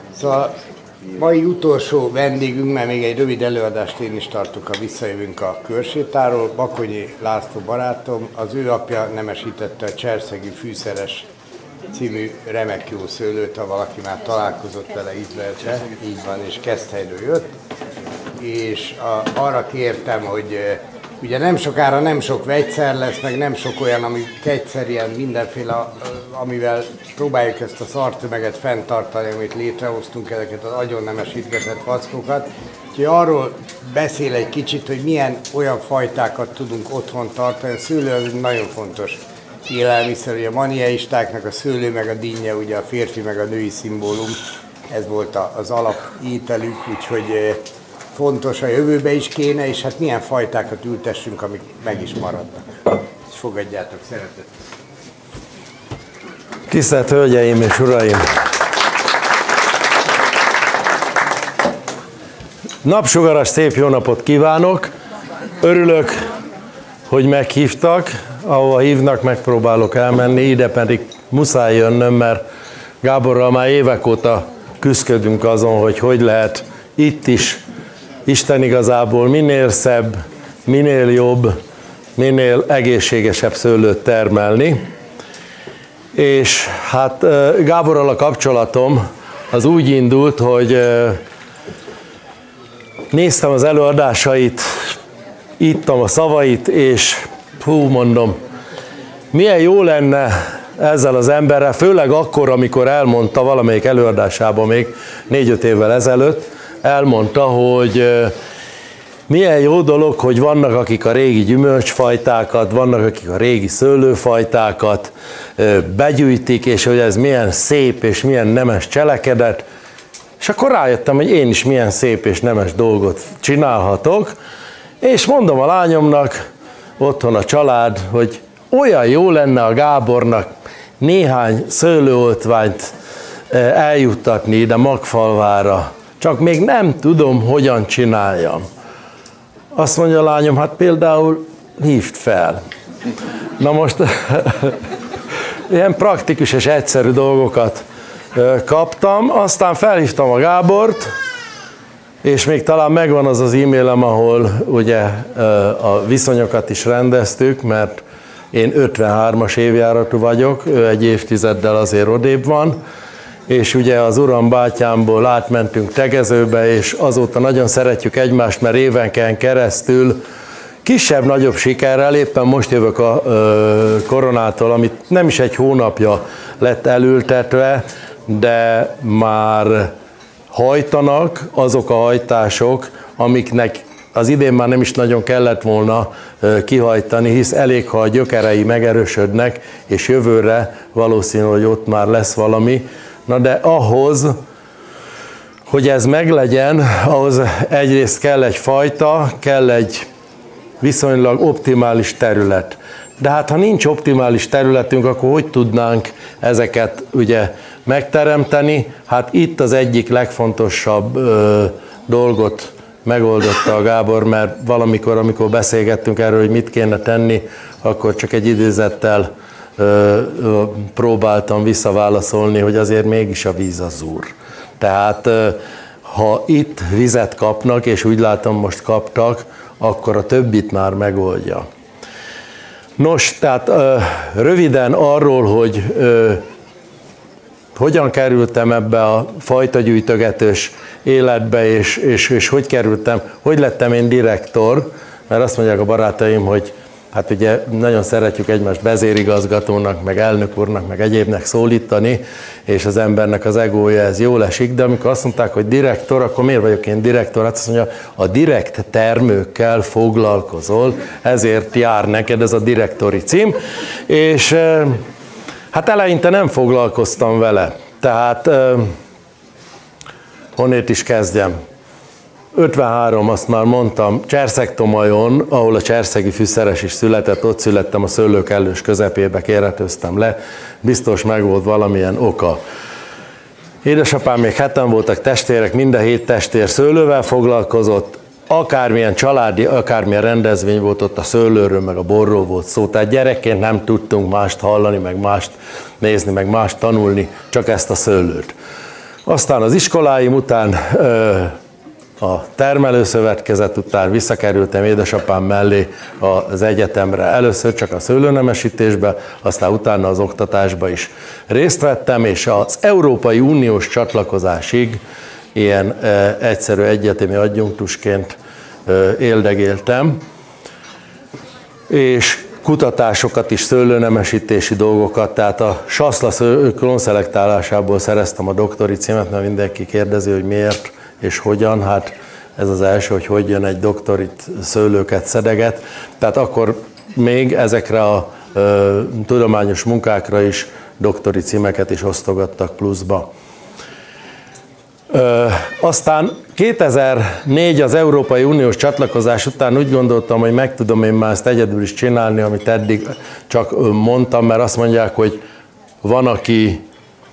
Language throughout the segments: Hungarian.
Szóval mai utolsó vendégünk, mert még egy rövid előadást én is tartok, ha visszajövünk a körsétáról. Bakonyi László barátom, az ő apja nemesítette a Cserszegi Fűszeres című remek jó szőlőt, ha valaki már találkozott vele Izraelbe, így van, és Keszthelyről jött. És arra kértem, hogy ugye nem sokára nem sok vegyszer lesz, meg nem sok olyan, ami kegyszerűen mindenféle, amivel próbáljuk ezt a szartömeget fenntartani, amit létrehoztunk, ezeket az agyonnemesítgetett vackokat. Úgyhogy arról beszél egy kicsit, hogy milyen olyan fajtákat tudunk otthon tartani. A szőlő az egy nagyon fontos élelmiszer, ugye a maniaistáknak a szőlő meg a dinnye, ugye a férfi meg a női szimbólum, ez volt az alapételük, úgyhogy fontos a jövőbe is kéne, és hát milyen fajtákat ültessünk, amik meg is maradnak. És fogadjátok szeretettel. Tisztelt Hölgyeim és Uraim! Napsugaras szép jó napot kívánok! Örülök, hogy meghívtak, ahova hívnak, megpróbálok elmenni, ide pedig muszáj jönnöm, mert Gáborral már évek óta küszködünk azon, hogy lehet itt is Isten igazából minél szebb, minél jobb, minél egészségesebb szőlőt termelni. És hát Gáborral a kapcsolatom az úgy indult, hogy néztem az előadásait, ittam a szavait, és mondom, milyen jó lenne ezzel az emberrel, főleg akkor, amikor elmondta valamelyik előadásában még 4-5 évvel ezelőtt, elmondta, hogy milyen jó dolog, hogy vannak, akik a régi gyümölcsfajtákat, vannak, akik a régi szőlőfajtákat begyűjtik, és hogy ez milyen szép és milyen nemes cselekedet. És akkor rájöttem, hogy én is milyen szép és nemes dolgot csinálhatok, és mondom a lányomnak, otthon a család, hogy olyan jó lenne a Gábornak néhány szőlőoltványt eljuttatni ide Magfalvára, csak még nem tudom, hogyan csináljam. Azt mondja a lányom, hát például hívd fel. Na most ilyen praktikus és egyszerű dolgokat kaptam, aztán felhívtam a Gábort, és még talán megvan az az e-mailem, ahol ugye a viszonyokat is rendeztük, mert én 53-as évjáratú vagyok, ő egy évtizeddel azért odébb van, és ugye az uram bátyámból átmentünk Tegezőbe, és azóta nagyon szeretjük egymást, mert évenken keresztül kisebb-nagyobb sikerrel, éppen most jövök a koronától, amit nem is egy hónapja lett elültetve, de már hajtanak azok a hajtások, amiknek az idén már nem is nagyon kellett volna kihajtani, hisz elég, ha a gyökerei megerősödnek, és jövőre valószínű, hogy ott már lesz valami. Na de ahhoz, hogy ez meglegyen, ahhoz egyrészt kell egy fajta, kell egy viszonylag optimális terület. De hát ha nincs optimális területünk, akkor hogy tudnánk ezeket ugye megteremteni? Hát itt az egyik legfontosabb dolgot megoldotta a Gábor, mert valamikor, amikor beszélgettünk erről, hogy mit kéne tenni, akkor csak egy idézettel próbáltam visszaválaszolni, hogy azért mégis a víz az úr. Tehát ha itt vizet kapnak, és úgy látom most kaptak, akkor a többit már megoldja. Nos, tehát röviden arról, hogy hogyan kerültem ebbe a fajtagyűjtögetős életbe, és hogy kerültem, hogy lettem én direktor, mert azt mondják a barátaim, hogy hát ugye nagyon szeretjük egymást vezérigazgatónak, meg elnök úrnak, meg egyébnek szólítani, és az embernek az egója ez jól esik, de amikor azt mondták, hogy direktor, akkor miért vagyok én direktor? Hát azt mondja, a direkt termőkkel foglalkozol, ezért jár neked ez a direktori cím, és hát eleinte nem foglalkoztam vele, tehát honnét is kezdjem. 53, azt már mondtam, Cserszeg-Tomajon, ahol a Cserszegi Fűszeres is született, ott születtem a szőlők elős közepébe, kéretőztem le, biztos meg volt valamilyen oka. Édesapám még 7-en voltak testvérek, minden 7 testvér szőlővel foglalkozott, akármilyen családi, akármilyen rendezvény volt, ott a szőlőről, meg a borról volt szó, tehát gyerekként nem tudtunk mást hallani, meg mást nézni, meg mást tanulni, csak ezt a szőlőt. Aztán az iskoláim után, a termelőszövetkezet után visszakerültem édesapám mellé az egyetemre. Először csak a szőlőnemesítésbe, aztán utána az oktatásba is részt vettem, és az Európai Uniós csatlakozásig ilyen egyszerű egyetemi adjunktusként éldegéltem, és kutatásokat is, szőlőnemesítési dolgokat, tehát a saszla klónszelektálásából szereztem a doktori címet, mert mindenki kérdezi, hogy miért és hogyan. Hát ez az első, hogy jön egy doktorit szőlőket szedeget. Tehát akkor még ezekre a tudományos munkákra is doktori címeket is osztogattak pluszba. Aztán 2004 az Európai Uniós csatlakozás után úgy gondoltam, hogy meg tudom én már ezt egyedül is csinálni, amit eddig csak mondtam, mert azt mondják, hogy van, aki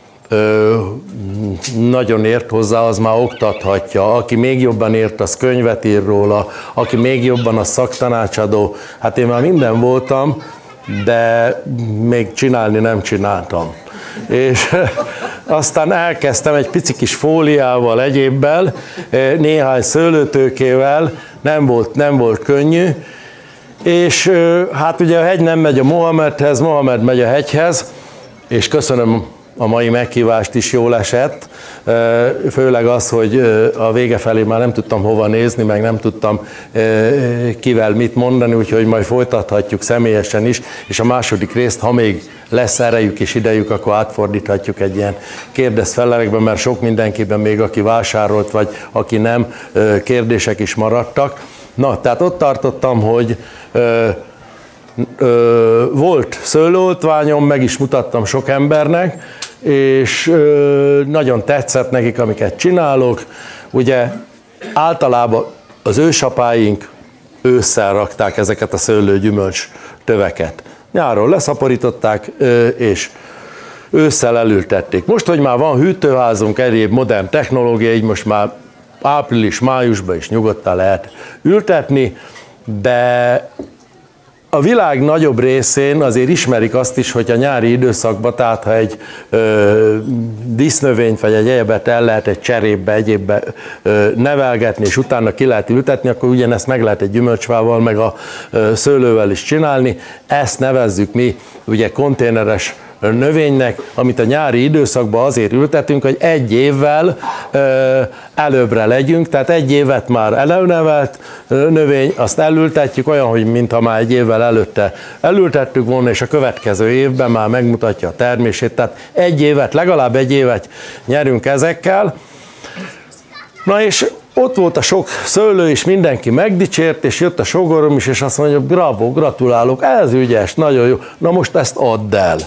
nagyon ért hozzá, az már oktathatja, aki még jobban ért, az könyvet ír róla, aki még jobban, az szaktanácsadó. Hát én már minden voltam, de még csinálni nem csináltam. És aztán elkezdtem egy pici kis fóliával, egyébbel, néhány szőlőtőkével, nem volt könnyű, és hát ugye a hegy nem megy a Mohamedhez, Mohamed megy a hegyhez, és köszönöm a mai meghívást is, jól esett, főleg az, hogy a vége felé már nem tudtam hova nézni, meg nem tudtam kivel mit mondani, úgyhogy majd folytathatjuk személyesen is, és a második részt, ha még lesz erejük és idejük, akkor átfordíthatjuk egy ilyen kérdez-felelekbe, mert sok mindenkiben még aki vásárolt, vagy aki nem, kérdések is maradtak. Na, tehát ott tartottam, hogy volt szőlőoltványom, meg is mutattam sok embernek, és nagyon tetszett nekik, amiket csinálok. Ugye általában az ősapáink ősszel rakták ezeket a szőlőgyümölcs töveket. Nyáron leszaporították, és ősszel elültették. Most, hogy már van hűtőházunk, egyéb modern technológia, így most már április-májusban is nyugodtan lehet ültetni, de a világ nagyobb részén azért ismerik azt is, hogy a nyári időszakban, tehát ha egy dísznövényt vagy egy egyebet el lehet egy cserépbe, egyébbe nevelgetni, és utána ki lehet ültetni, akkor ugyanezt meg lehet egy gyümölcsfával, meg a szőlővel is csinálni. Ezt nevezzük mi ugye konténeres növénynek, amit a nyári időszakban azért ültetünk, hogy egy évvel előbbre legyünk, tehát egy évet már előnevelt növény, azt elültetjük olyan, hogy mintha már egy évvel előtte elültettük volna, és a következő évben már megmutatja a termését, tehát legalább egy évet nyerünk ezekkel. Na és ott volt a sok szőlő is, mindenki megdicsért, és jött a sógorom is, és azt mondja, bravo, gratulálok, ez ügyes, nagyon jó, na most ezt add el.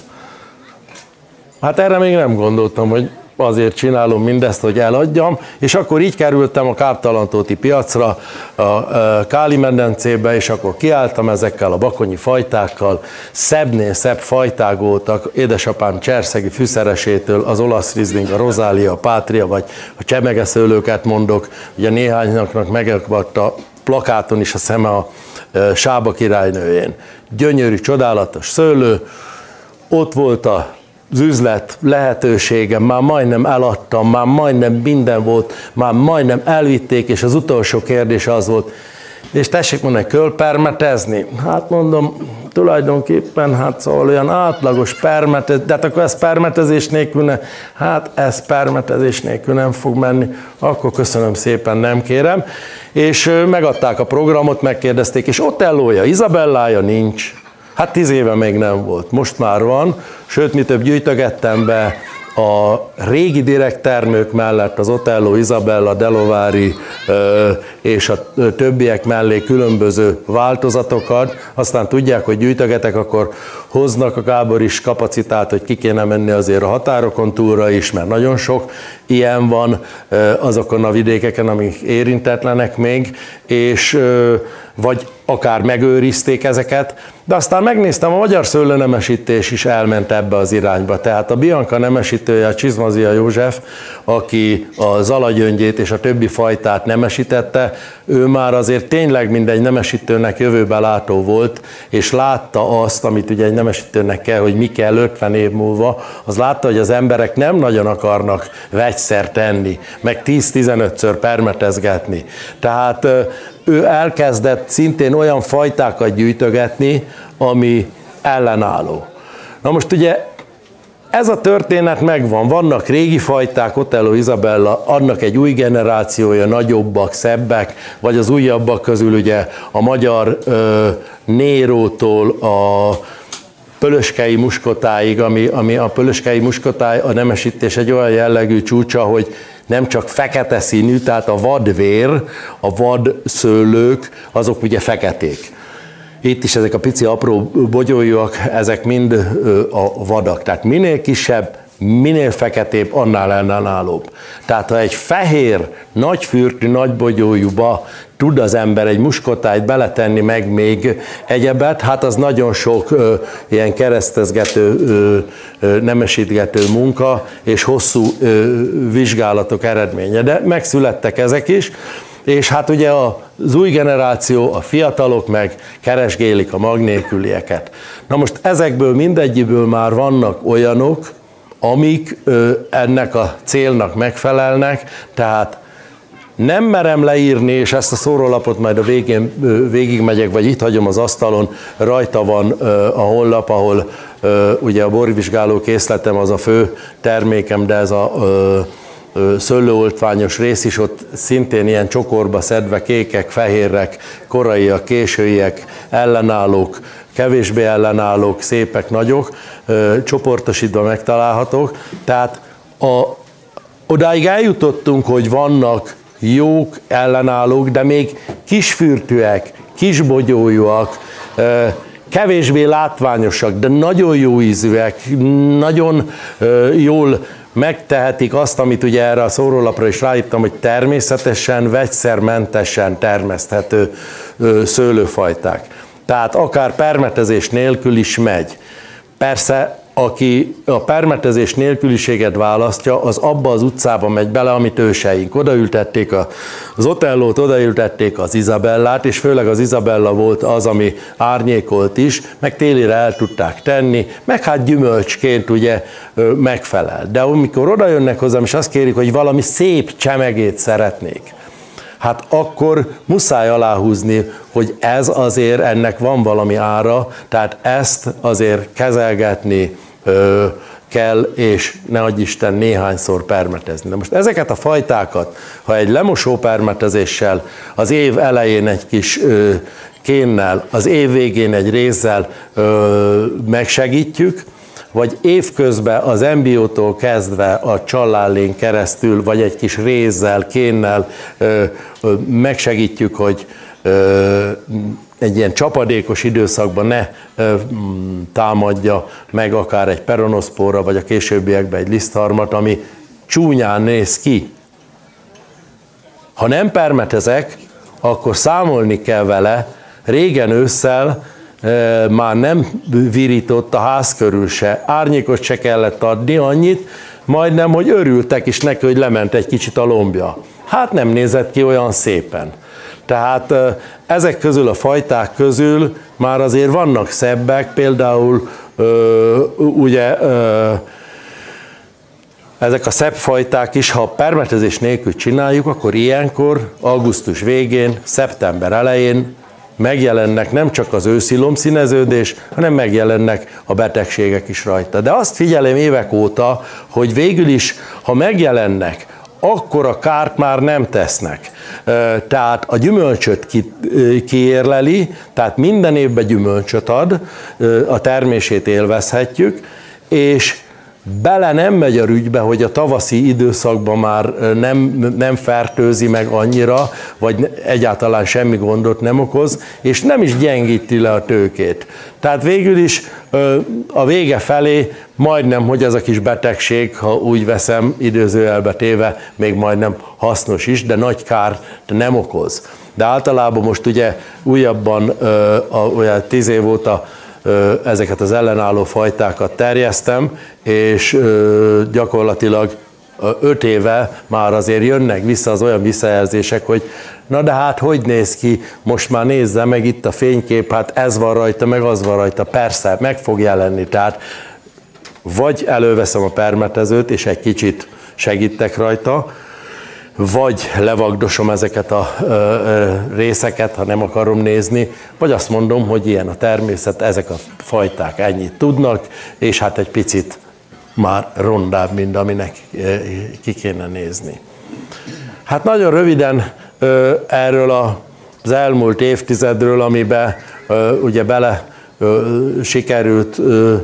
Hát erre még nem gondoltam, hogy azért csinálom mindezt, hogy eladjam, és akkor így kerültem a Káptalantóti piacra, a Káli-medencébe, és akkor kiálltam ezekkel a bakonyi fajtákkal, szebbnél szebb fajták voltak, édesapám cserszegi fűszeresétől, az olasz rizling, a rozália, a pátria, vagy a csemegeszőlőket mondok, ugye néhányaknak megakadt a plakáton is a szeme a Sába királynőjén. Gyönyörű, csodálatos szőlő, ott volt az üzlet lehetősége, már majdnem eladtam, már majdnem minden volt, már majdnem elvitték, és az utolsó kérdés az volt, és tessék mondani, kell permetezni? Hát mondom, tulajdonképpen, hát szóval olyan átlagos permetezés, de hát akkor ez permetezés nélkül ez permetezés nélkül nem fog menni, akkor köszönöm szépen, nem kérem. És megadták a programot, megkérdezték, és Otellója, Izabellája nincs. Hát 10 éve még nem volt, most már van, sőt, mi több gyűjtögettem be a régi direkttermők mellett az Otello, Isabella, Delovári és a többiek mellé különböző változatokat, aztán tudják, hogy gyűjtögetek, akkor hoznak a Gábor is kapacitát, hogy ki kéne menni azért a határokon túlra is, mert nagyon sok ilyen van azokon a vidékeken, amik érintetlenek még, és vagy akár megőrizték ezeket, de aztán megnéztem, a magyar szőlőnemesítés is elment ebbe az irányba. Tehát a Bianca nemesítője, a Csizmazia József, aki a zalagyöngyét és a többi fajtát nemesítette, ő már azért tényleg mindegy nemesítőnek jövőbe látó volt, és látta azt, amit ugye egy nemesítőnek kell, hogy mi kell 50 év múlva, az látta, hogy az emberek nem nagyon akarnak egyszer tenni, meg 10-15-ször permetezgetni. Tehát ő elkezdett szintén olyan fajtákat gyűjtögetni, ami ellenálló. Na most ugye ez a történet megvan, vannak régi fajták, Otello, Isabella, annak egy új generációja, nagyobbak, szebbek, vagy az újabbak közül ugye a magyar Nérótól a pölöskei muskotáig, ami a pölöskei muskotáj, a nemesítés egy olyan jellegű csúcsa, hogy nem csak fekete színű, tehát a vadvér, a vadszőlők, azok ugye feketék. Itt is ezek a pici apró bogyójúak, ezek mind a vadak. Tehát minél kisebb, minél feketébb, annál ellenállóbb. Tehát ha egy fehér, nagy fürtű, nagy bogyójúba tud az ember egy muskotájt beletenni, meg még egyebet, hát az nagyon sok ilyen keresztezgető, nemesítgető munka és hosszú vizsgálatok eredménye. De megszülettek ezek is, és hát ugye az új generáció, a fiatalok meg keresgélik a mag nélkülieket. Na most ezekből mindegyiből már vannak olyanok, amik ennek a célnak megfelelnek, tehát nem merem leírni, és ezt a szórólapot majd a végén végigmegyek, vagy itt hagyom az asztalon, rajta van a honlap, ahol ugye a borvizsgáló készletem az a fő termékem, de ez a szőlőoltványos rész is, ott szintén ilyen csokorba szedve kékek, fehérek, koraiak, későiek, ellenállók, kevésbé ellenállók, szépek, nagyok, csoportosítva megtalálhatók. Tehát odáig eljutottunk, hogy vannak jók, ellenállók, de még kisfürtűek, kisbogyójúak, kevésbé látványosak, de nagyon jó ízűek, nagyon jól megtehetik azt, amit ugye erre a szórólapra is ráírtam, hogy természetesen, vegyszermentesen termeszthető szőlőfajták. Tehát akár permetezés nélkül is megy. Persze, aki a permetezés nélküliséget választja, az abba az utcába megy bele, amit őseink. Odaültették az Otellót, odaültették az Isabellát, és főleg az Isabella volt az, ami árnyékolt is, meg télire el tudták tenni, meg hát gyümölcsként ugye megfelel. De amikor odajönnek hozzám, és azt kérik, hogy valami szép csemegét szeretnék, hát akkor muszáj aláhúzni, hogy ez azért, ennek van valami ára, tehát ezt azért kezelgetni kell, és ne adj Isten néhányszor permetezni. De most ezeket a fajtákat, ha egy lemosó permetezéssel, az év elején egy kis kénnel, az év végén egy rézzel megsegítjük, vagy évközben az embriótól kezdve a csallállén keresztül, vagy egy kis rézzel, kénnel megsegítjük, hogy egy ilyen csapadékos időszakban ne támadja meg akár egy peronoszpóra, vagy a későbbiekben egy lisztharmat, ami csúnyán néz ki. Ha nem permetezek, akkor számolni kell vele, régen ősszel már nem virított a ház körül se, árnyékot se kellett adni annyit, majdnem, hogy örültek is neki, hogy lement egy kicsit a lombja. Hát nem nézett ki olyan szépen. Tehát ezek közül a fajták közül már azért vannak szebbek, például ugye ezek a szebb fajták is, ha permetezés nélkül csináljuk, akkor ilyenkor augusztus végén, szeptember elején megjelennek nem csak az őszi lombszíneződés, hanem megjelennek a betegségek is rajta. De azt figyelem évek óta, hogy végül is, ha megjelennek, akkor a kárt már nem tesznek. Tehát a gyümölcsöt kiérleli, tehát minden évben gyümölcsöt ad, a termését élvezhetjük, és bele nem megy a rügybe, hogy a tavaszi időszakban már nem fertőzi meg annyira, vagy egyáltalán semmi gondot nem okoz, és nem is gyengíti le a tőkét. Tehát végül is a vége felé majdnem, hogy ez a kis betegség, ha úgy veszem, idézőjelbe téve, még majdnem hasznos is, de nagy kár nem okoz. De általában most ugye újabban, olyan 10 év óta ezeket az ellenálló fajtákat terjesztem, és gyakorlatilag 5 éve már azért jönnek vissza az olyan visszajelzések, hogy na de hát hogy néz ki, most már nézze meg itt a fénykép, hát ez van rajta, meg az van rajta, persze, meg fog jelenni, tehát vagy előveszem a permetezőt, és egy kicsit segítek rajta, vagy levagdosom ezeket a részeket, ha nem akarom nézni, vagy azt mondom, hogy ilyen a természet, ezek a fajták ennyit tudnak, és hát egy picit már rondább, mint aminek ki kéne nézni. Hát nagyon röviden erről az elmúlt évtizedről, amiben ugye bele sikerült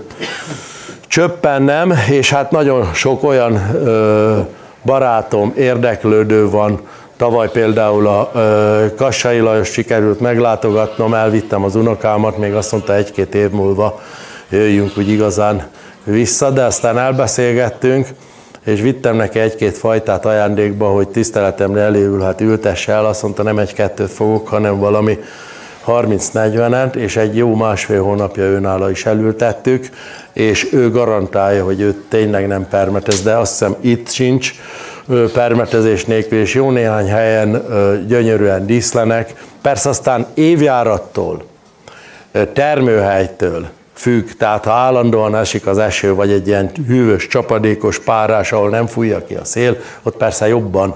csöppennem, és hát nagyon sok olyan barátom, érdeklődő van. Tavaly például a Kassai Lajos sikerült meglátogatnom, elvittem az unokámat, még azt mondta 1-2 év múlva jöjjünk úgy igazán vissza, de aztán elbeszélgettünk, és vittem neki 1-2 fajtát ajándékba, hogy tiszteletemre elévül, hát ültesse el, azt mondta, nem 1-2-t fogok, hanem valami 30-40-et, és egy jó 1,5 hónapja őnála is elültettük, és ő garantálja, hogy ő tényleg nem permetez, de azt hiszem itt sincs permetezés nélkül, és jó néhány helyen gyönyörűen díszlenek. Persze aztán évjárattól, termőhelytől függ, tehát ha állandóan esik az eső, vagy egy ilyen hűvös, csapadékos párás, ahol nem fújja ki a szél, ott persze jobban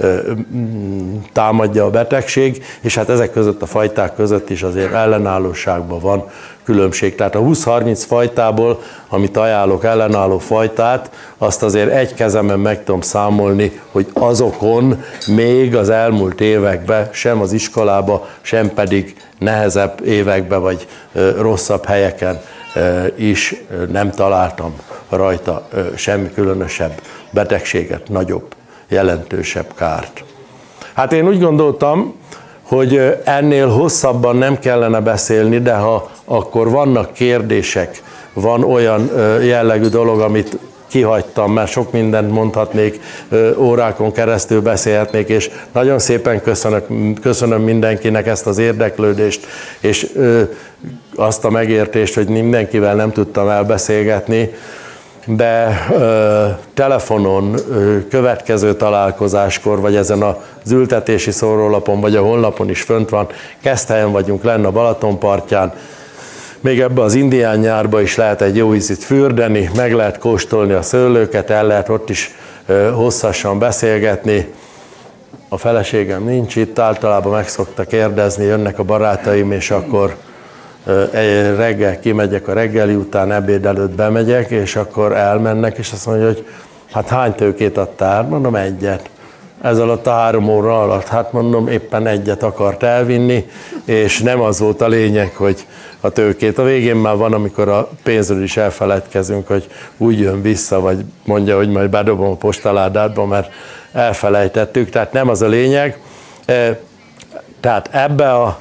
támadja a betegség, és hát ezek között a fajták között is azért ellenállóságban van különbség. Tehát a 20-30 fajtából, amit ajánlok ellenálló fajtát, azt azért egy kezemen meg tudom számolni, hogy azokon még az elmúlt években sem az iskolába, sem pedig nehezebb években vagy rosszabb helyeken is nem találtam rajta semmi különösebb betegséget, nagyobb, jelentősebb kárt. Hát én úgy gondoltam, hogy ennél hosszabban nem kellene beszélni, de ha akkor vannak kérdések, van olyan jellegű dolog, amit kihagytam, mert sok mindent mondhatnék, órákon keresztül beszélhetnék, és nagyon szépen köszönöm mindenkinek ezt az érdeklődést, és azt a megértést, hogy mindenkivel nem tudtam elbeszélgetni, de telefonon, következő találkozáskor, vagy ezen az ültetési szórólapon, vagy a honlapon is fönt van, Keszthelyen vagyunk lenn a Balatonpartján, még ebbe az indián nyárba is lehet egy jó ízit fürdeni, meg lehet kóstolni a szőlőket, el lehet ott is hosszasan beszélgetni. A feleségem nincs itt, általában meg szokta kérdezni, jönnek a barátaim, és akkor reggel kimegyek a reggeli után, ebéd előtt bemegyek, és akkor elmennek, és azt mondja, hogy hát hány tőkét adtál? Mondom, 1. Ez alatt a 3 óra alatt, hát mondom, éppen 1 akart elvinni, és nem az volt a lényeg, hogy a tőkét. A végén már van, amikor a pénzről is elfeledkezünk, hogy úgy jön vissza, vagy mondja, hogy majd bedobom a postaládádba, mert elfelejtettük, tehát nem az a lényeg. Tehát ebbe a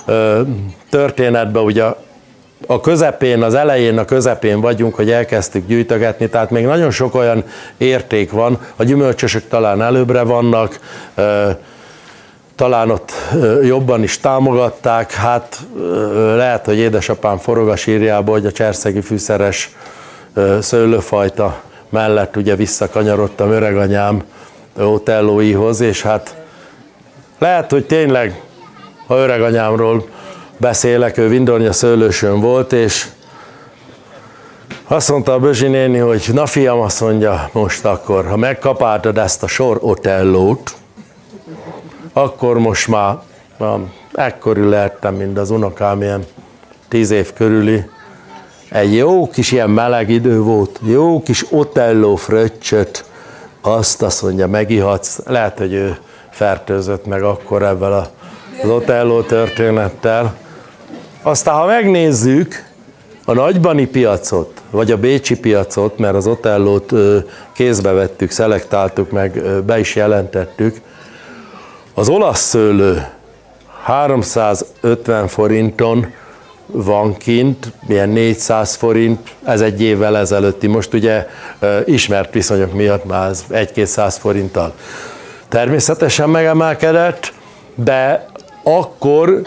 történetben ugye a közepén, az elején, a közepén vagyunk, hogy elkezdtük gyűjtögetni, tehát még nagyon sok olyan érték van, a gyümölcsösök talán előbbre vannak, talán ott jobban is támogatták, hát lehet, hogy édesapám forog a sírjába, hogy a cserszegi fűszeres szőlőfajta mellett ugye visszakanyarodtam öreganyám Otellóihoz, és hát lehet, hogy tényleg, ha öreganyámról beszélek, ő Vindornya szőlősön volt, és azt mondta a Bözsi néni, hogy na fiam, azt mondja, most akkor, ha megkapáltad ezt a sor Otellót, akkor most már ekkori lehettem, mint az unokám, ilyen 10 év körüli. Egy jó kis ilyen meleg idő volt, jó kis Otelló fröccsöt, azt mondja, megihatsz. Lehet, hogy ő fertőzött meg akkor ebben az Otelló történettel. Aztán, ha megnézzük a nagybani piacot, vagy a bécsi piacot, mert az Otellót kézbe vettük, szelektáltuk, meg be is jelentettük, az olasz szőlő 350 forinton van kint, milyen 400 forint, ez egy évvel ezelőtti, most ugye ismert viszonyok miatt már 1-200 forinttal természetesen megemelkedett, de akkor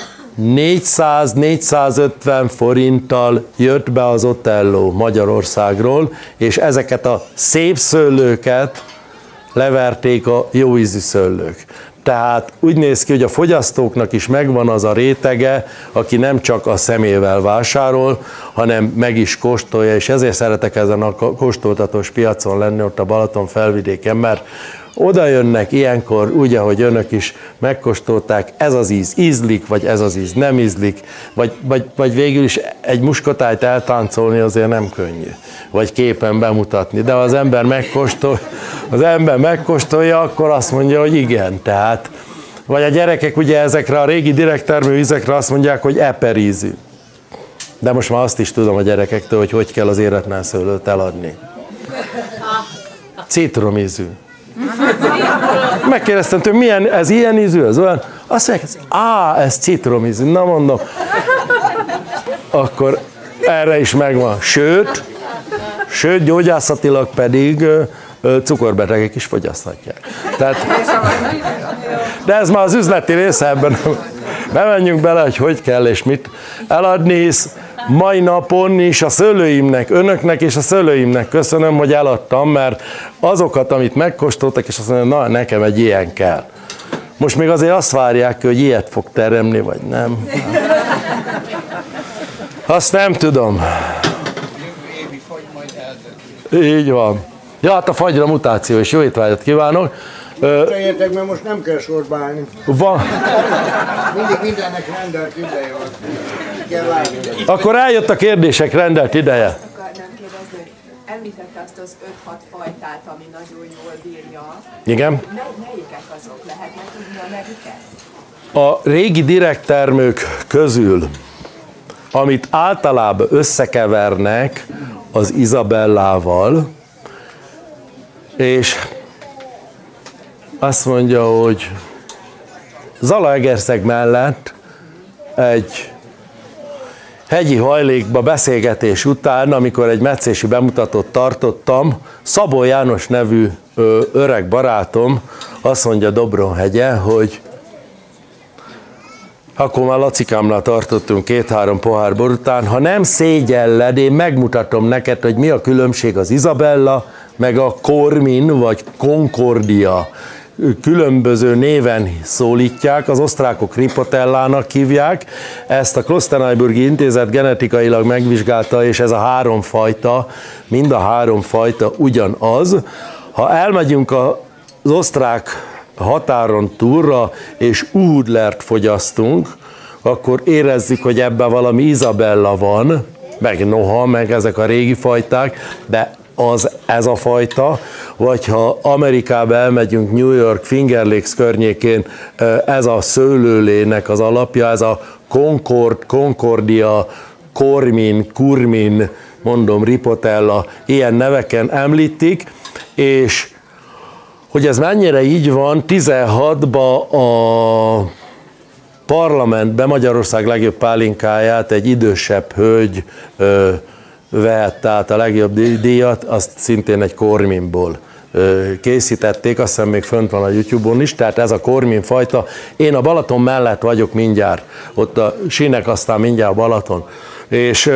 400-450 forinttal jött be az Otelló Magyarországról, és ezeket a szép szőlőket leverték a jó ízű szőlők. Tehát úgy néz ki, hogy a fogyasztóknak is megvan az a rétege, aki nem csak a szemével vásárol, hanem meg is kóstolja, és ezért szeretek ezen a kóstoltatós piacon lenni ott a Balaton felvidéken, mert oda jönnek ilyenkor, úgy, ahogy önök is megkóstolták, ez az íz ízlik, vagy ez az íz nem ízlik, vagy végül is egy muskotájt eltáncolni azért nem könnyű, vagy képen bemutatni, de ha az ember megkóstolja, akkor azt mondja, hogy igen, tehát, vagy a gyerekek ugye ezekre a régi direkttermő ízekre azt mondják, hogy eperízű. De most már azt is tudom a gyerekektől, hogy hogy kell az éretlen szőlőt eladni. Citromízű. Megkérdeztem tőle, milyen, ez ilyen ízű, ez olyan? Azt mondják, ez citromízű. Na mondom, akkor erre is megvan. Sőt, gyógyászatilag pedig cukorbetegek is fogyaszthatják. Tehát, de ez már az üzleti része, ebben nem menjünk bele, hogy kell és mit eladni, hisz mai napon is a szőlőimnek, önöknek és a szőlőimnek köszönöm, hogy eladtam, mert azokat, amit megkóstoltak, és azt mondja, na, nekem egy ilyen kell. Most még azért azt várják, hogy ilyet fog teremni, vagy nem. Azt nem tudom. Így van. Ja, hát a fagyra mutáció, és jó étvágyat kívánok. Értek, mert most nem kell sorba állni. Van. Mindig mindennek rendelt ideje van. Kell várni. Akkor eljött a kérdések rendelt ideje. Akarnám kérdezni, hogy említette azt az 5-6 fajtát, ami nagyon jól bírja. Igen. Melyikek azok? Lehetne tudni a nevüket? A régi direkttermők közül, amit általában összekevernek az Izabellával, és azt mondja, hogy Zalaegerszeg mellett egy hegyi hajlékba beszélgetés után, amikor egy metszési bemutatót tartottam, Szabó János nevű öreg barátom azt mondja Dobronhegye, hogy akkor már Lacikámnál tartottunk 2-3 pohár bor után, ha nem szégyelled, én megmutatom neked, hogy mi a különbség az Izabella, meg a Cormin vagy Concordia. Különböző néven szólítják, az osztrákok Ripotellának hívják, ezt a Klosterneuburgi Intézet genetikailag megvizsgálta, és ez a 3 fajta, mind a 3 fajta ugyanaz. Ha elmegyünk az osztrák határon túlra, és Uhudlert fogyasztunk, akkor érezzük, hogy ebben valami Izabella van, meg Noha, meg ezek a régi fajták, de ez a fajta, vagy ha Amerikába elmegyünk, New York, Finger Lakes környékén, ez a szőlőlének az alapja, ez a Concordia, Cormin, Curmin, mondom, Ripotella, ilyen neveken említik, és hogy ez mennyire így van, 16-ban a parlamentben Magyarország legjobb pálinkáját egy idősebb hölgy vehette át a legjobb díjat, azt szintén egy Corminból készítették, azt hiszem még fönt van a YouTube-on is, tehát ez a Cormin fajta. Én a Balaton mellett vagyok mindjárt, ott a Sinek, aztán mindjárt a Balaton, és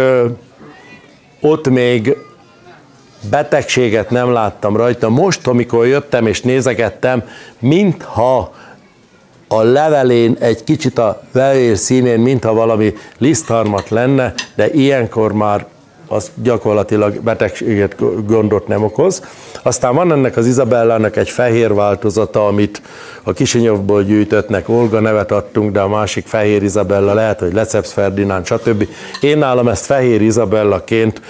ott még betegséget nem láttam rajta. Most, amikor jöttem és nézegettem, mintha a levelén egy kicsit a levél színén, mintha valami lisztharmat lenne, de ilyenkor már az gyakorlatilag betegséget, gondot nem okoz. Aztán van ennek az Izabellának egy fehér változata, amit a Kisinyovból gyűjtöttnek, Olga nevet adtunk, de a másik Fehér Izabella, lehet, hogy Lecepsz Ferdinánd, stb. Én nálam ezt Fehér Izabellaként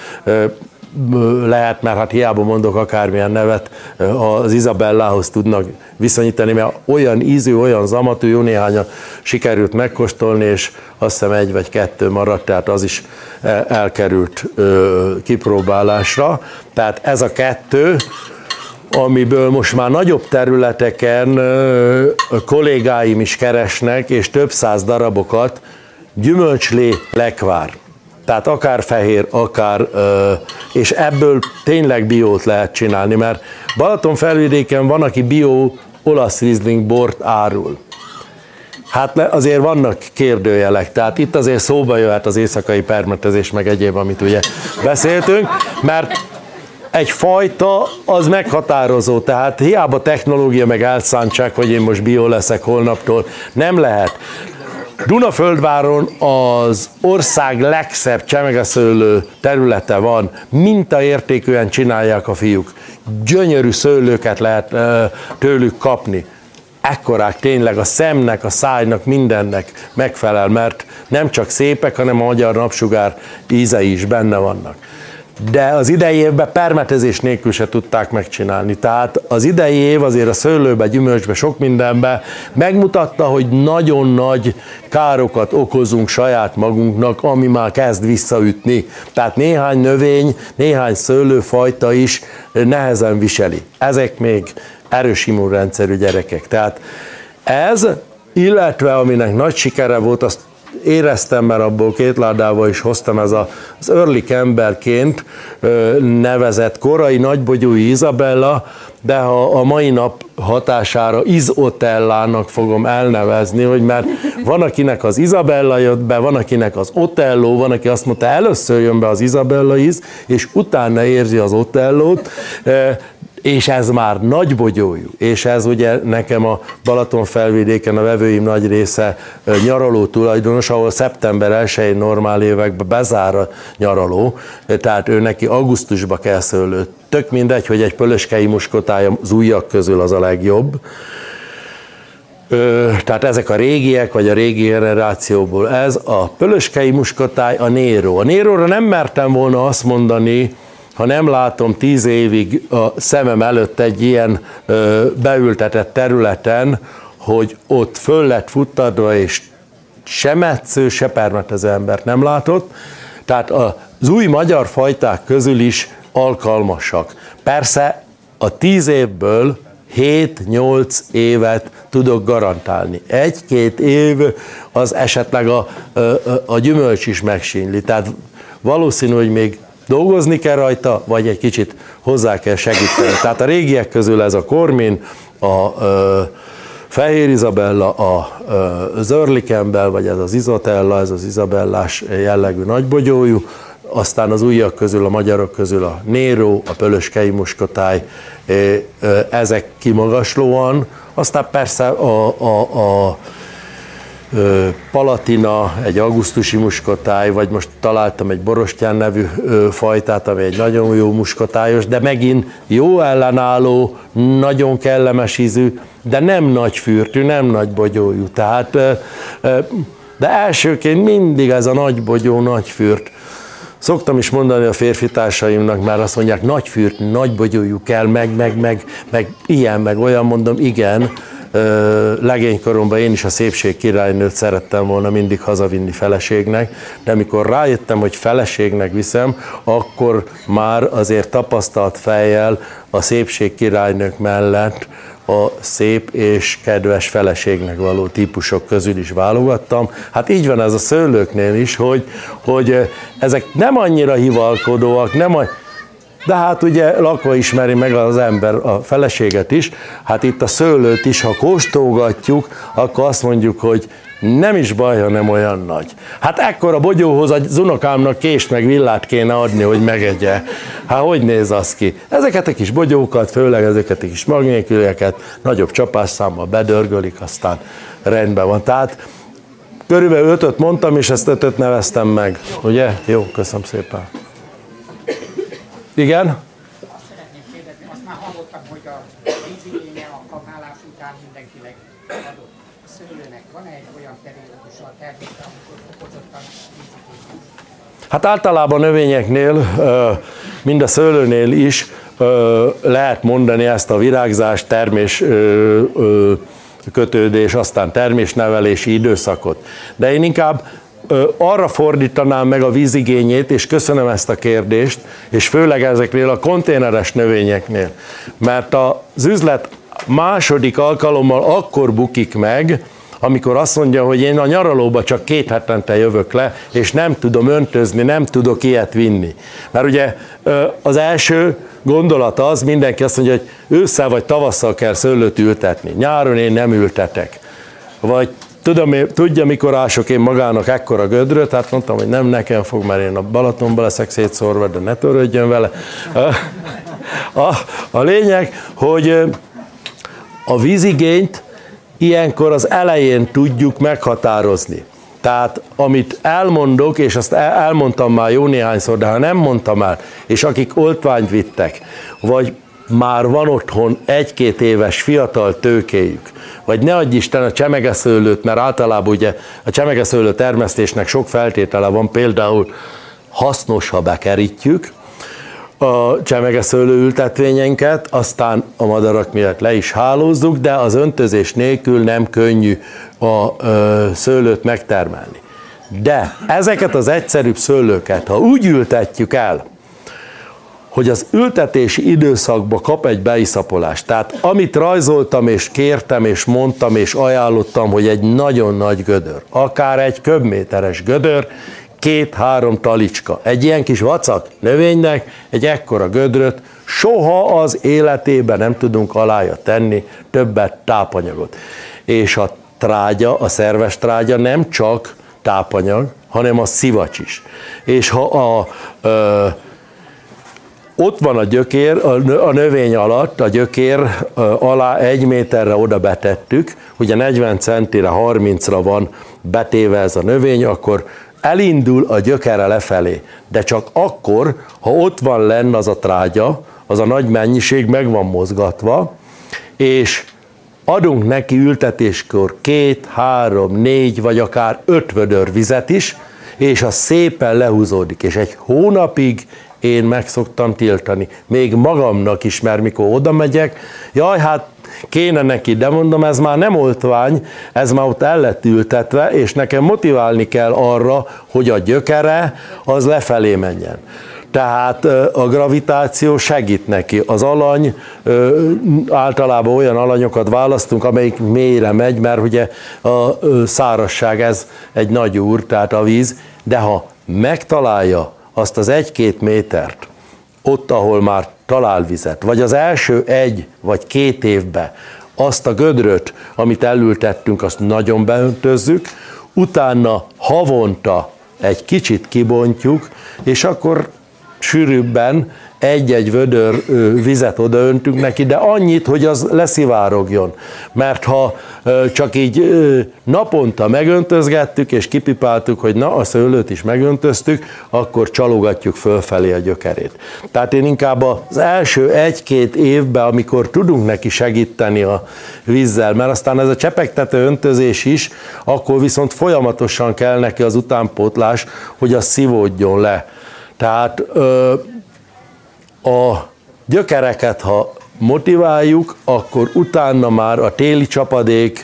lehet, mert hát hiába mondok akármilyen nevet, az Izabellához tudnak viszonyítani, mert olyan ízű, olyan zamatú, jó néhányan sikerült megkóstolni, és azt hiszem 1 vagy 2 maradt, tehát az is elkerült kipróbálásra. Tehát ez a 2, amiből most már nagyobb területeken kollégáim is keresnek, és több száz darabokat, gyümölcslé, lekvár. Tehát akár fehér, akár, és ebből tényleg biót lehet csinálni, mert Balaton felvidéken van, aki bió olasz Riesling bort árul. Hát azért vannak kérdőjelek, tehát itt azért szóba jöhet az éjszakai permetezés, meg egyéb, amit ugye beszéltünk, mert egy fajta az meghatározó, tehát hiába technológia meg elszántság, hogy én most bio leszek holnaptól, nem lehet. Dunaföldváron az ország legszebb csemegeszőlő területe van, mintaértékűen csinálják a fiúk. Gyönyörű szőlőket lehet tőlük kapni. Ekkorák tényleg a szemnek, a szájnak, mindennek megfelel, mert nem csak szépek, hanem a magyar napsugár ízei is benne vannak. De az idei évben permetezés nélkül se tudták megcsinálni. Tehát az idei év azért a szőlőbe, gyümölcsbe, sok mindenbe megmutatta, hogy nagyon nagy károkat okozunk saját magunknak, ami már kezd visszaütni. Tehát néhány növény, néhány szőlőfajta is nehezen viseli. Ezek még erős immunrendszerű gyerekek. Tehát ez, illetve aminek nagy sikere volt, azt éreztem, mert abból 2 ládával is hoztam, ez az Early Campbellként nevezett korai nagybogyói Isabella, de ha a mai nap hatására Isotellának fogom elnevezni, hogy mert van akinek az Isabella jött be, van akinek az Otello, van aki azt mondta, először jön be az Isabella íz, és utána érzi az Otellót, és ez már nagybogyójú, és ez ugye nekem a Balatonfelvidéken a vevőim nagy része nyaraló tulajdonos, ahol szeptember 1-én normál években bezár a nyaraló, tehát ő neki augusztusba kell szőlőt. Tök mindegy, hogy egy pölöskei muskotája az ujjak közül az a legjobb. Tehát ezek a régiek, vagy a régi generációból ez, a pölöskei muskotáj, a Nero. A Neróra nem mertem volna azt mondani, ha nem látom 10 évig a szemem előtt egy ilyen beültetett területen, hogy ott föl lett futtatva, és se metsző, se permetező embert nem látott. Tehát az új magyar fajták közül is alkalmasak. Persze a 10 évből 7-8 évet tudok garantálni. 1-2 év az esetleg a gyümölcs is megsínli. Tehát valószínű, hogy még dolgozni kell rajta, vagy egy kicsit hozzá kell segíteni. Tehát a régiek közül ez a Cormin, a Fehér Isabella, az Early Campbell, vagy ez az Isotella, ez az Isabellás jellegű nagybogyójú, aztán az újak közül, a magyarok közül a Nero, a pölöskei muskotáj, ezek kimagaslóan, aztán persze a Palatina, egy augusztusi muskotáj, vagy most találtam egy borostyán nevű fajtát, ami egy nagyon jó muskotályos, de megint jó ellenálló, nagyon kellemes ízű, de nem nagy fürtű, nem nagy bogyójú. Tehát, de elsőként mindig ez a nagy bogyó, nagy fürt. Szoktam is mondani a férfi társaimnak, már azt mondják, nagy fürt, nagy bogyójú kell, meg ilyen, meg olyan, mondom, igen. Legénykoromban én is a szépség királynőt szerettem volna mindig hazavinni feleségnek, de amikor rájöttem, hogy feleségnek viszem, akkor már azért tapasztalt fejjel a szépség királynők mellett a szép és kedves feleségnek való típusok közül is válogattam. Hát így van ez a szőlőknél is, hogy ezek nem annyira hivalkodóak, de hát ugye lakva ismeri meg az ember a feleséget is, hát itt a szőlőt is, ha kóstolgatjuk, akkor azt mondjuk, hogy nem is baj, ha nem olyan nagy. Hát ekkor a bogyóhoz az unokámnak kést meg villát kéne adni, hogy megegye. Hát hogy néz az ki? Ezeket a kis bogyókat, főleg ezeket a kis magnékülieket nagyobb csapásszámmal bedörgölik, aztán rendben van. Tehát körülbelül 5-öt mondtam, és ezt 5-öt neveztem meg. Ugye? Jó, köszönöm szépen. Igen? Azt szeretném kérdezni, azt már hallottam, hogy a vízigénye a kamálás után mindenkinek adott szőlőnek. Van-e egy olyan periódus a termékre, amikor fokozottan vízigény? Hát általában növényeknél, mind a szőlőnél is lehet mondani ezt a virágzás, termés kötődés, aztán termésnevelési időszakot. De én inkább arra fordítanám meg a vízigényét, és köszönöm ezt a kérdést, és főleg ezeknél a konténeres növényeknél, mert az üzlet második alkalommal akkor bukik meg, amikor azt mondja, hogy én a nyaralóba csak 2 hetente jövök le, és nem tudom öntözni, nem tudok ilyet vinni. Mert ugye az első gondolat az, mindenki azt mondja, hogy ősszel vagy tavasszal kell szőlőt ültetni. Nyáron én nem ültetek. Vagy tudja, mikor ások én magának ekkora gödröt, hát mondtam, hogy nem nekem fog, mert én a Balatonba leszek szétszórva, de ne törődjön vele. A lényeg, hogy a vízigényt ilyenkor az elején tudjuk meghatározni. Tehát amit elmondok, és azt elmondtam már jó néhányszor, de ha nem mondtam el, és akik oltványt vittek, vagy már van otthon 1-2 éves fiatal tőkéjük, vagy ne adj Isten a csemegeszőlőt, mert általában ugye a csemegeszőlő termesztésnek sok feltétele van, például hasznos, ha bekerítjük a csemegeszőlő ültetvényenket, aztán a madarak miatt le is hálózzuk, de az öntözés nélkül nem könnyű a szőlőt megtermelni. De ezeket az egyszerűbb szőlőket, ha úgy ültetjük el, hogy az ültetési időszakban kap egy beiszapolást. Tehát amit rajzoltam, és kértem, és mondtam, és ajánlottam, hogy egy nagyon nagy gödör, akár egy köbméteres gödör, 2-3 talicska. Egy ilyen kis vacak növénynek egy ekkora gödröt soha az életében nem tudunk alája tenni többet tápanyagot. És a trágya, a szerves trágya nem csak tápanyag, hanem a szivacs is. És ha ott van a gyökér, a növény alatt, a gyökér alá 1 méterre oda betettük, ugye 40 centire, 30-ra van betéve ez a növény, akkor elindul a gyökere lefelé, de csak akkor, ha ott van lenn az a trágya, az a nagy mennyiség meg van mozgatva, és adunk neki ültetéskor 2, 3, 4 vagy akár 5 vödör vizet is, és az szépen lehúzódik, és egy hónapig én meg szoktam tiltani. Még magamnak is, mert mikor oda megyek, jaj, hát kéne neki, de mondom, ez már nem oltvány, ez már ott el lett ültetve, és nekem motiválni kell arra, hogy a gyökere az lefelé menjen. Tehát a gravitáció segít neki. Az alany, általában olyan alanyokat választunk, amelyik mélyre megy, mert ugye a szárazság ez egy nagy úr, tehát a víz, de ha megtalálja azt az 1-2 métert, ott, ahol már talál vizet, vagy az első 1 vagy 2 évben azt a gödröt, amit elültettünk, azt nagyon beöntözzük, utána havonta egy kicsit kibontjuk, és akkor sűrűbben 1-1 vödör vizet odaöntünk neki, de annyit, hogy az leszivárogjon. Mert ha csak így naponta megöntözgettük, és kipipáltuk, hogy na, a szőlőt is megöntöztük, akkor csalogatjuk fölfelé a gyökerét. Tehát én inkább az első 1-2 évben, amikor tudunk neki segíteni a vízzel, mert aztán ez a csepegtető öntözés is, akkor viszont folyamatosan kell neki az utánpótlás, hogy az szívódjon le. Tehát a gyökereket, ha motiváljuk, akkor utána már a téli csapadék,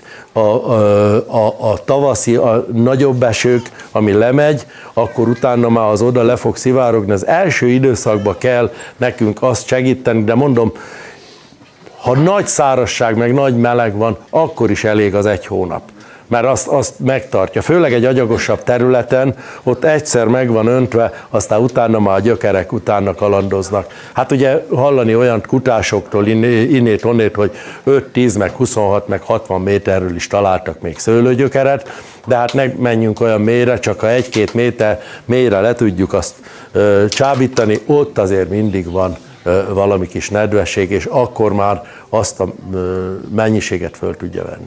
a tavaszi, a nagyobb esők, ami lemegy, akkor utána már az oda le fog szivárogni. Az első időszakban kell nekünk azt segíteni, de mondom, ha nagy szárazság, meg nagy meleg van, akkor is elég az 1 hónap. Mert azt megtartja. Főleg egy agyagosabb területen, ott egyszer meg van öntve, aztán utána már a gyökerek utána kalandoznak. Hát ugye hallani olyan kutásoktól innét, onnét, hogy 5-10, meg 26, meg 60 méterről is találtak még szőlőgyökeret, de hát ne menjünk olyan mélyre, csak ha 1-2 méter mélyre le tudjuk azt csábítani, ott azért mindig van valami kis nedvesség, és akkor már azt a mennyiséget föl tudja venni.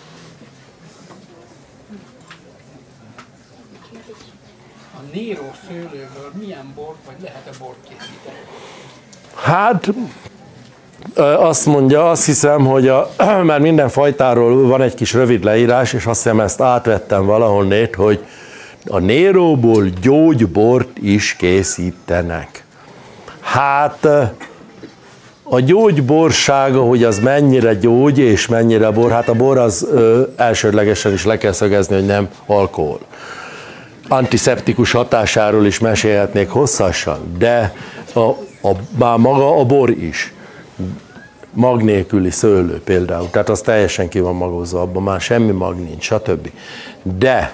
Néró szőlőből milyen bort, vagy lehet-e bort készíteni? Hát azt mondja, azt hiszem, hogy mert minden fajtáról van egy kis rövid leírás, és azt hiszem ezt átvettem valahonnét, hogy a Néróból gyógybort is készítenek. Hát a gyógyborsága, hogy az mennyire gyógy és mennyire bor, hát a bor az elsődlegesen is le kell szögezni, hogy nem alkohol. Antiszeptikus hatásáról is mesélhetnék hosszasan, de már maga a bor is mag nélküli szőlő például, tehát az teljesen ki van magozva, abban már semmi mag nincs, stb. De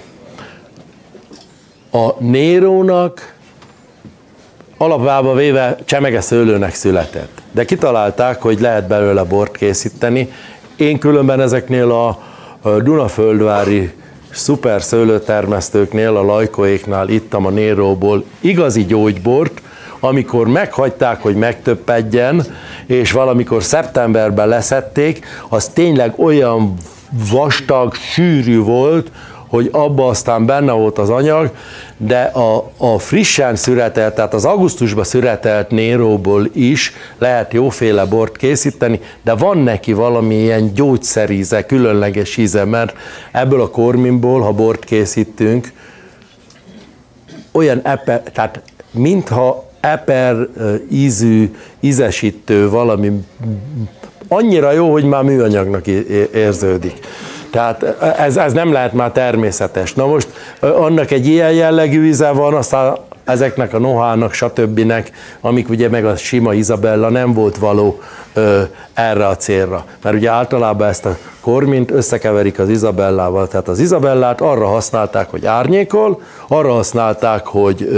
a Nérónak alapjában véve csemegeszőlőnek született, de kitalálták, hogy lehet belőle bort készíteni. Én különben ezeknél a a Dunaföldvári szuper szőlőtermesztőknél, a Lajkoéknál ittam a Néróból igazi gyógybort, amikor meghagyták, hogy megtöppedjen, és valamikor szeptemberben leszették, az tényleg olyan vastag, sűrű volt, hogy abba aztán benne volt az anyag, de a frissen szüretelt, tehát az augusztusban szüretelt Néróból is lehet jóféle bort készíteni, de van neki valami ilyen gyógyszeríze, különleges íze, mert ebből a korminból, ha bort készítünk, olyan tehát mintha eper ízű, ízesítő valami annyira jó, hogy már műanyagnak érződik. Tehát ez nem lehet már természetes. Na most annak egy ilyen jellegű íze van, aztán ezeknek a nohának, stb., amik ugye meg a sima Izabella nem volt való erre a célra. Mert ugye általában ezt a kormint összekeverik az Izabellával. Tehát az Izabellát arra használták, hogy árnyékol, arra használták, hogy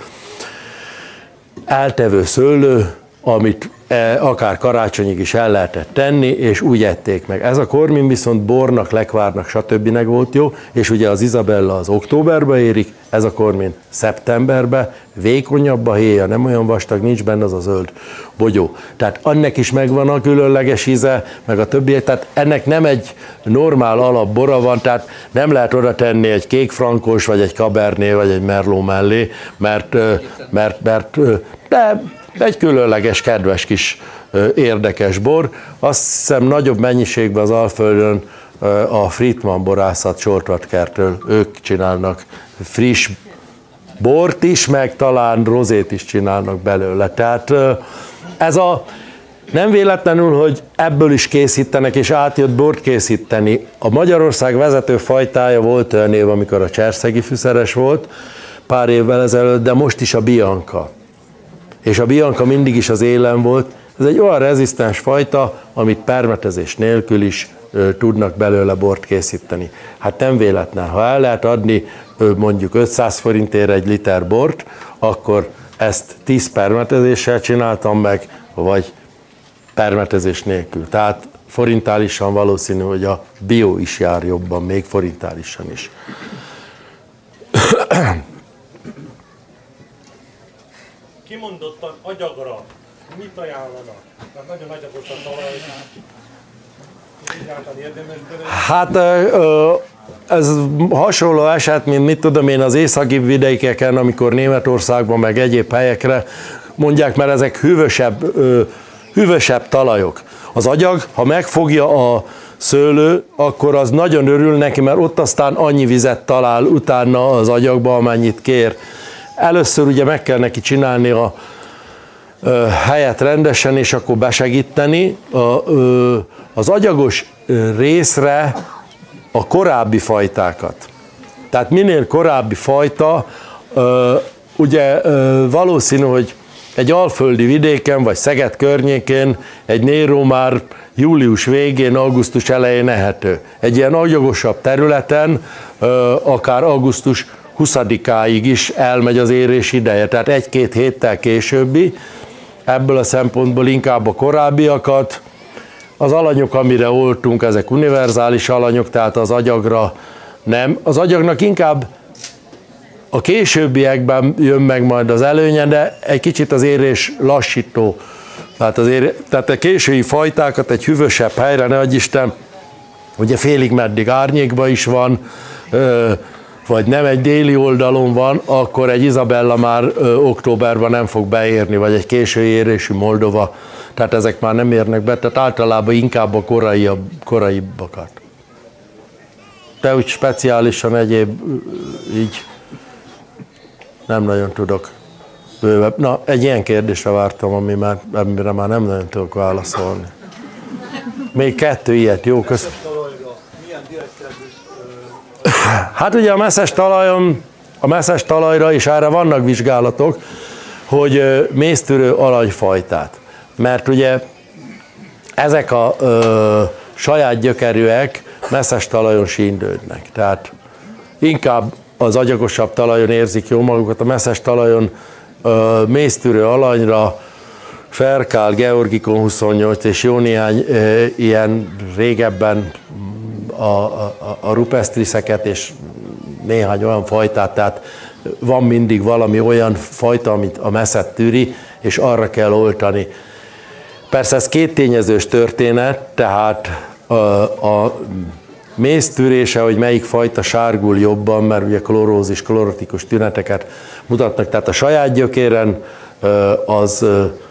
eltevő szőlő, amit akár karácsonyig is el lehetett tenni, és úgy ették meg. Ez a kormin viszont bornak, lekvárnak, stb. Volt jó, és ugye az Izabella az októberbe érik, ez a kormin szeptemberbe, vékonyabb a héja, nem olyan vastag, nincs benne az a zöld bogyó. Tehát annak is megvan a különleges íze, meg a többi, tehát ennek nem egy normál alapbora van, tehát nem lehet oda tenni egy kékfrankos, vagy egy cabernet, vagy egy merlot mellé, mert de egy különleges, kedves kis érdekes bor. Azt hiszem nagyobb mennyiségben az Alföldön a Friedman borászat Csortvatkertől, ők csinálnak friss bort is, meg talán rozét is csinálnak belőle. Tehát ez a nem véletlenül, hogy ebből is készítenek, és átjött bort készíteni. A Magyarország vezető fajtája volt olyan év, amikor a cserszegi fűszeres volt, pár évvel ezelőtt, de most is a Bianca. És a Bianca mindig is az élen volt. Ez egy olyan rezisztens fajta, amit permetezés nélkül is tudnak belőle bort készíteni. Hát nem véletlen. Ha el lehet adni mondjuk 500 forintért egy liter bort, akkor ezt 10 permetezéssel csináltam meg, vagy permetezés nélkül. Tehát forintálisan valószínű, hogy a bio is jár jobban, még forintálisan is. Kimondottan agyagra mit ajánlanak? Tehát nagyon agyagos a talaj, egyáltalán érdemes bele. Hát ez hasonló eset, mint mit tudom én az északi vidékeken, amikor Németországban meg egyéb helyekre mondják, mert ezek hűvösebb talajok. Az agyag, ha megfogja a szőlő, akkor az nagyon örül neki, mert ott aztán annyi vizet talál utána az agyagba, amennyit kér. Először ugye meg kell neki csinálni a helyet rendesen, és akkor besegíteni. Az agyagos részre a korábbi fajtákat. Tehát minél korábbi fajta, ugye valószínű, hogy egy alföldi vidéken, vagy Szeged környékén egy Néró már július végén, augusztus elején ehető. Egy ilyen agyagosabb területen akár augusztus 20-áig is elmegy az érés ideje, tehát 1-2 héttel későbbi. Ebből a szempontból inkább a korábbiakat. Az alanyok, amire oltunk, ezek univerzális alanyok, tehát az agyagra nem. Az agyagnak inkább a későbbiekben jön meg majd az előnye, de egy kicsit az érés lassító. Tehát a késői fajtákat egy hűvösebb helyre, ne adj Isten, ugye félig meddig árnyékban is van, vagy nem egy déli oldalon van, akkor egy Izabella már októberben nem fog beérni, vagy egy késői érésű Moldova, tehát ezek már nem érnek be, tehát általában inkább a koraibbakat. De úgy speciálisan egyéb így nem nagyon tudok bővebb. Na, egy ilyen kérdésre vártam, amire már nem nagyon tudok válaszolni. Még 2 ilyet, jó, köszönöm. Hát ugye a messzes talajra is erre vannak vizsgálatok, hogy méztűrő alanyfajtát. Mert ugye ezek a saját gyökerűek messzes talajon síndődnek. Tehát inkább az agyagosabb talajon érzik jó magukat, a messzes talajon méztűrő alanyra Ferkál, Georgikon 28 és jó néhány ilyen régebben a rupestriszeket és néhány olyan fajtát, tehát van mindig valami olyan fajta, amit a meszet tűri, és arra kell oltani. Persze ez két tényezős történet, tehát a méztűrése, hogy melyik fajta sárgul jobban, mert ugye klorózis, klorotikus tüneteket mutatnak, tehát a saját gyökéren az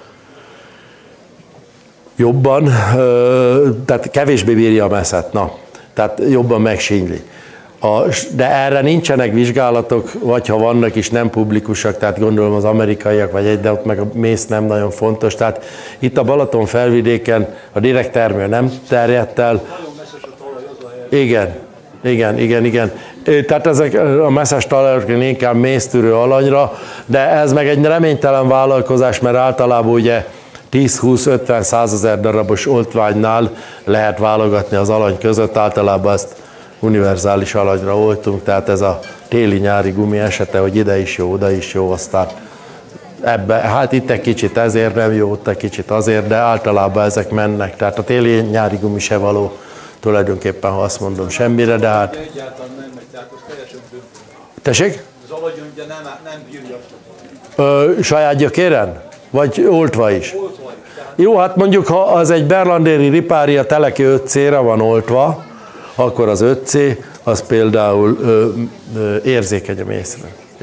jobban, tehát kevésbé bírja a meszet, tehát jobban megsínyli. De erre nincsenek vizsgálatok, vagy ha vannak is nem publikusak, tehát gondolom az amerikaiak vagy de ott meg a méz nem nagyon fontos. Tehát itt a Balaton felvidéken a direkt termő nem terjedt el. Igen. Tehát ezek a messzes talajok inkább méztűrő alanyra, de ez meg egy reménytelen vállalkozás, mert általában ugye 10-20-50-100 000 darabos oltványnál lehet válogatni az alany között, általában ezt univerzális alanyra oltunk, tehát ez a téli-nyári gumi esete, hogy ide is jó, oda is jó, aztán hát itt egy kicsit ezért nem jó, ott egy kicsit azért, de általában ezek mennek, tehát a téli-nyári gumi se való tulajdonképpen, ha azt mondom, semmire, de hát... Egyáltalán nem megy, tehát az teljesen döntő. Tessék? Az alaggyöngye nem bírja. Saját gyökéren? Vagy oltva is? Oltva is. Jó, hát mondjuk, ha az egy berlandéri ripária teleki 5C-re van oltva, akkor az 5C, az például érzékeny a mészre.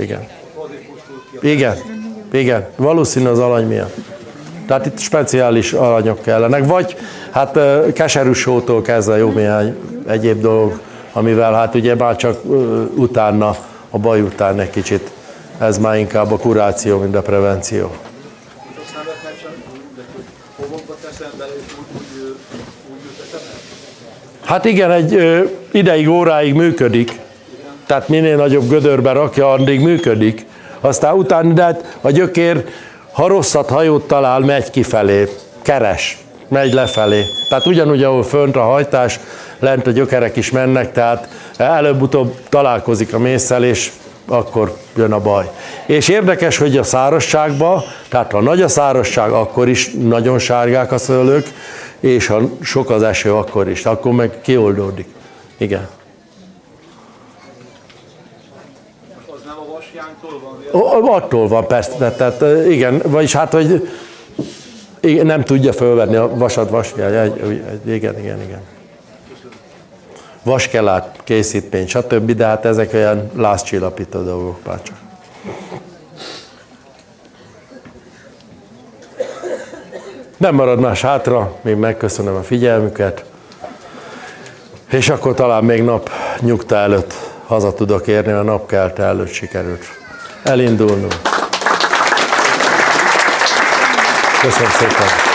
Igen, valószínű az alany miatt. Tehát itt speciális alanyok kellenek, vagy hát keserű sótól kezdve jó néhány egyéb dolog, amivel hát ugye már csak utána, a baj után egy kicsit, ez már inkább a kuráció, mint a prevenció. Azt nem lehet megcsinálni, hogy homokba teszem bele, és úgy ültetem el? Hát igen, egy ideig, óráig működik, tehát minél nagyobb gödörbe rakja, addig működik. Aztán utána, de hát a gyökér, ha rosszat hajót talál, megy kifelé, keres, megy lefelé. Tehát ugyanúgy, ahol fönt a hajtás, lent a gyökerek is mennek, tehát előbb-utóbb találkozik a mésszel, és akkor jön a baj. És érdekes, hogy a szárazságban, tehát ha nagy a szárazság, akkor is nagyon sárgák a szőlők, és ha sok az eső, akkor is. Akkor meg kioldódik. Igen. Az nem a vasjánytól van? Attól van, persze. Tehát igen, vagyis hát, hogy nem tudja fölvenni a vasat, vasjány. Igen. Vaskelát, készítmény, stb. De hát ezek olyan lázcsillapító dolgok már csak. Nem marad más hátra, még megköszönöm a figyelmüket, és akkor talán még nap nyugta előtt haza tudok érni, a napkelte előtt sikerült elindulnunk. Köszönöm szépen!